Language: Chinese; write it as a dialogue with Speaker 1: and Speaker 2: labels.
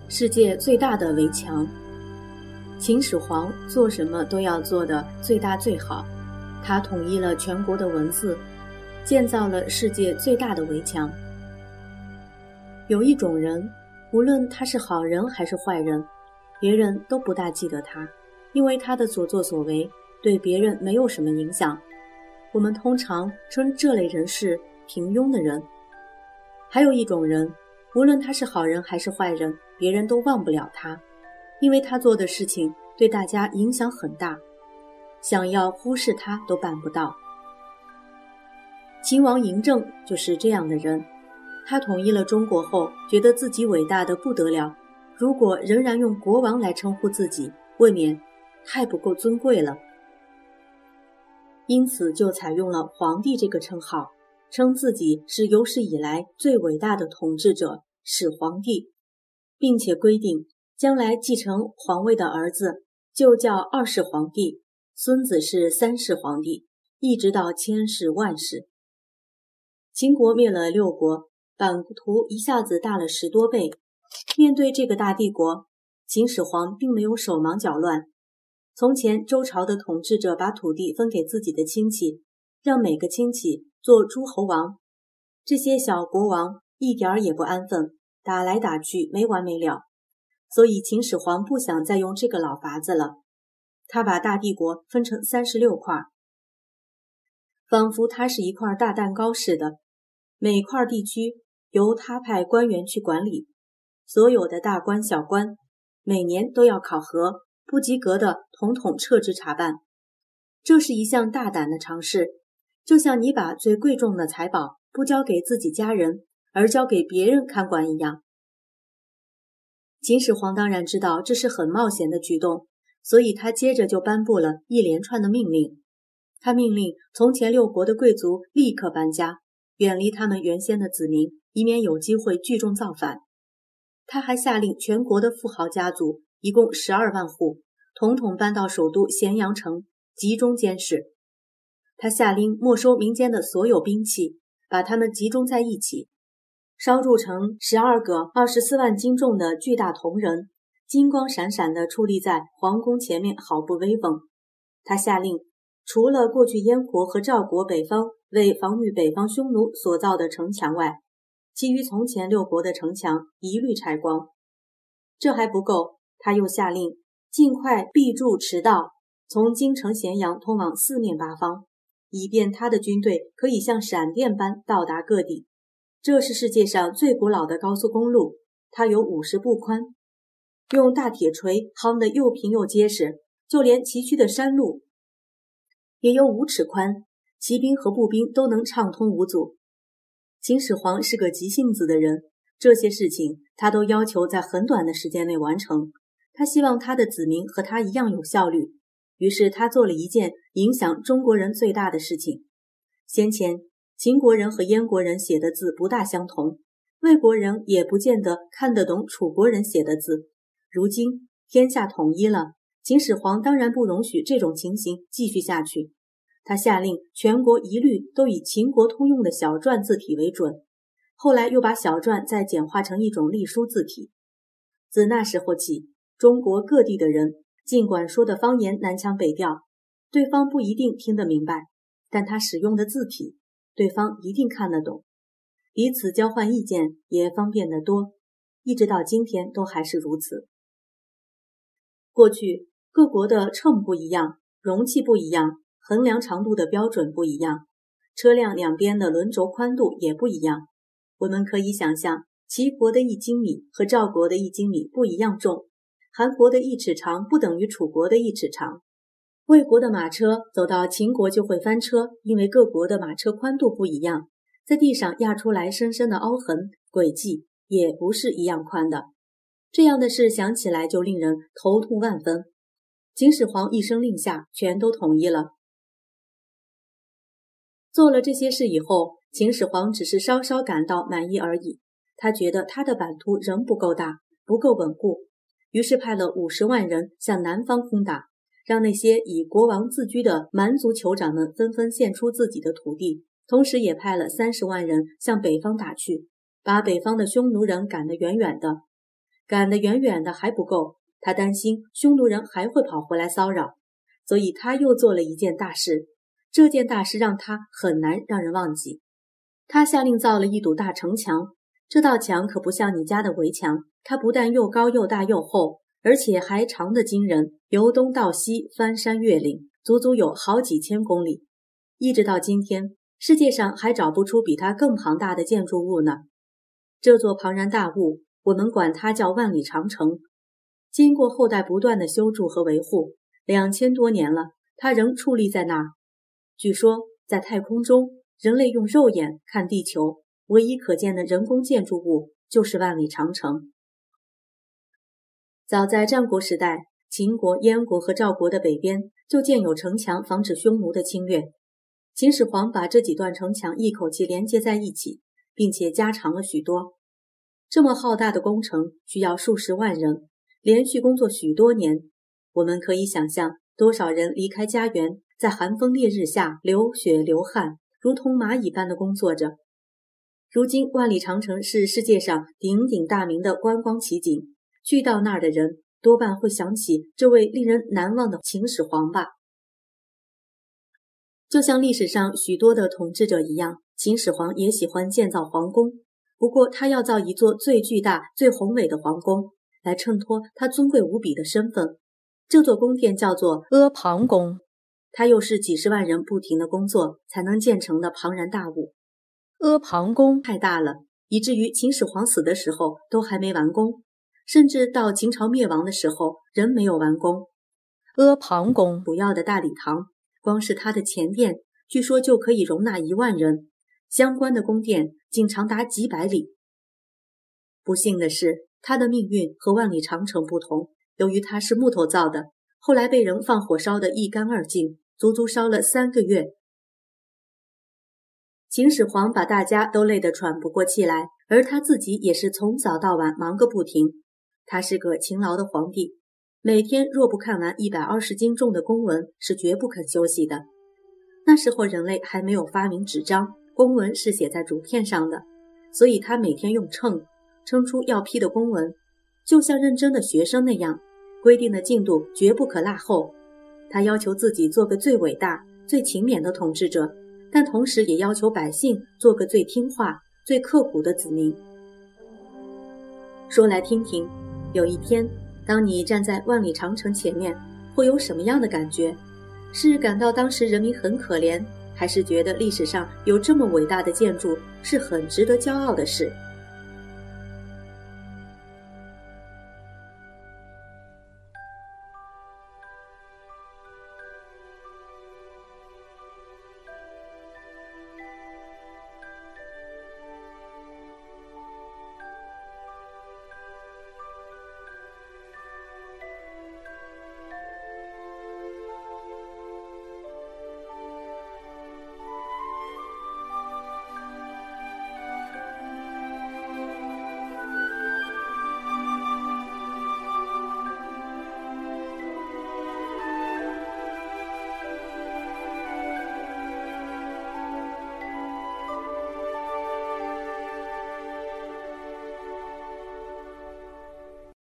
Speaker 1: 世界最大的围墙。秦始皇做什么都要做得最大最好，他统一了全国的文字，建造了世界最大的围墙。有一种人，无论他是好人还是坏人，别人都不大记得他，因为他的所作所为对别人没有什么影响。我们通常称这类人是平庸的人。还有一种人，无论他是好人还是坏人，别人都忘不了他，因为他做的事情对大家影响很大，想要忽视他都办不到。秦王嬴政就是这样的人，他统一了中国后，觉得自己伟大的不得了，如果仍然用国王来称呼自己，未免太不够尊贵了。因此就采用了皇帝这个称号，称自己是有史以来最伟大的统治者，始皇帝，并且规定将来继承皇位的儿子就叫二世皇帝，孙子是三世皇帝，一直到千世万世。秦国灭了6国，版图一下子大了10多倍。面对这个大帝国，秦始皇并没有手忙脚乱。从前周朝的统治者把土地分给自己的亲戚，让每个亲戚做诸侯王，这些小国王一点儿也不安分，打来打去没完没了。所以秦始皇不想再用这个老法子了，他把大帝国分成36块，仿佛它是一块大蛋糕似的，每块地区由他派官员去管理，所有的大官小官每年都要考核，不及格的统统撤职查办。这是一项大胆的尝试，就像你把最贵重的财宝不交给自己家人，而交给别人看管一样。秦始皇当然知道这是很冒险的举动，所以他接着就颁布了一连串的命令。他命令从前6国的贵族立刻搬家，远离他们原先的子民，以免有机会聚众造反。他还下令全国的富豪家族一共12万户，统统搬到首都咸阳城，集中监视。他下令没收民间的所有兵器，把它们集中在一起，烧铸成12个24万斤重的巨大铜人，金光闪闪地矗立在皇宫前面，好不威风。他下令，除了过去燕国和赵国北方为防御北方匈奴所造的城墙外，其余从前6国的城墙一律拆光。这还不够，他又下令尽快辟筑驰道，从京城咸阳通往4面8方，以便他的军队可以像闪电般到达各地。这是世界上最古老的高速公路，它有50步宽，用大铁锤夯得又平又结实，就连崎岖的山路也有5尺宽，骑兵和步兵都能畅通无阻。秦始皇是个急性子的人，这些事情他都要求在很短的时间内完成，他希望他的子民和他一样有效率，于是他做了一件影响中国人最大的事情。先前秦国人和燕国人写的字不大相同，魏国人也不见得看得懂楚国人写的字。如今天下统一了，秦始皇当然不容许这种情形继续下去。他下令全国一律都以秦国通用的小篆字体为准，后来又把小篆再简化成一种隶书字体。自那时候起，中国各地的人尽管说的方言南腔北调，对方不一定听得明白，但他使用的字体对方一定看得懂，彼此交换意见也方便得多，一直到今天都还是如此。过去各国的秤不一样，容器不一样，衡量长度的标准不一样，车辆两边的轮轴宽度也不一样。我们可以想象，齐国的1斤米和赵国的1斤米不一样重，韩国的1尺长不等于楚国的1尺长。魏国的马车走到秦国就会翻车，因为各国的马车宽度不一样，在地上压出来深深的凹痕，轨迹也不是一样宽的。这样的事想起来就令人头痛万分。秦始皇一声令下，全都统一了。做了这些事以后，秦始皇只是稍稍感到满意而已。他觉得他的版图仍不够大，不够稳固，于是派了50万人向南方攻打，让那些以国王自居的蛮族酋长们纷纷献出自己的土地，同时也派了30万人向北方打去，把北方的匈奴人赶得远远的。 赶得远远的还不够，他担心匈奴人还会跑回来骚扰，所以他又做了一件大事。这件大事让他很难让人忘记。他下令造了一堵大城墙，这道墙可不像你家的围墙，它不但又高又大又厚，而且还长得惊人，由东到西翻山越岭，足足有好几千公里。一直到今天，世界上还找不出比它更庞大的建筑物呢。这座庞然大物，我们管它叫万里长城。经过后代不断的修筑和维护，2000多年了，它仍矗立在那儿。据说，在太空中，人类用肉眼看地球，唯一可见的人工建筑物就是万里长城。早在战国时代，秦国、燕国和赵国的北边就建有城墙，防止匈奴的侵略。秦始皇把这几段城墙一口气连接在一起，并且加长了许多。这么浩大的工程需要数十万人，连续工作许多年。我们可以想象多少人离开家园，在寒风烈日下流血流汗，如同蚂蚁般的工作着。如今万里长城是世界上鼎鼎大名的观光奇景，去到那儿的人多半会想起这位令人难忘的秦始皇吧。就像历史上许多的统治者一样，秦始皇也喜欢建造皇宫，不过他要造一座最巨大、最宏伟的皇宫，来衬托他尊贵无比的身份。这座宫殿叫做阿房宫，它又是几十万人不停的工作才能建成的庞然大物。阿房宫太大了，以至于秦始皇死的时候都还没完工，甚至到秦朝灭亡的时候仍没有完工。阿房宫主要的大礼堂，光是它的前殿据说就可以容纳1万人，相关的宫殿竟长达几百里。不幸的是，它的命运和万里长城不同，由于它是木头造的，后来被人放火烧得一干二净，足足烧了3个月。秦始皇把大家都累得喘不过气来，而他自己也是从早到晚忙个不停。他是个勤劳的皇帝，每天若不看完120斤重的公文，是绝不肯休息的。那时候人类还没有发明纸张，公文是写在竹片上的，所以他每天用秤称出要批的公文，就像认真的学生那样，规定的进度绝不可落后。他要求自己做个最伟大、最勤勉的统治者，但同时也要求百姓做个最听话、最刻苦的子民。说来听听，有一天，当你站在万里长城前面，会有什么样的感觉？是感到当时人民很可怜，还是觉得历史上有这么伟大的建筑是很值得骄傲的事？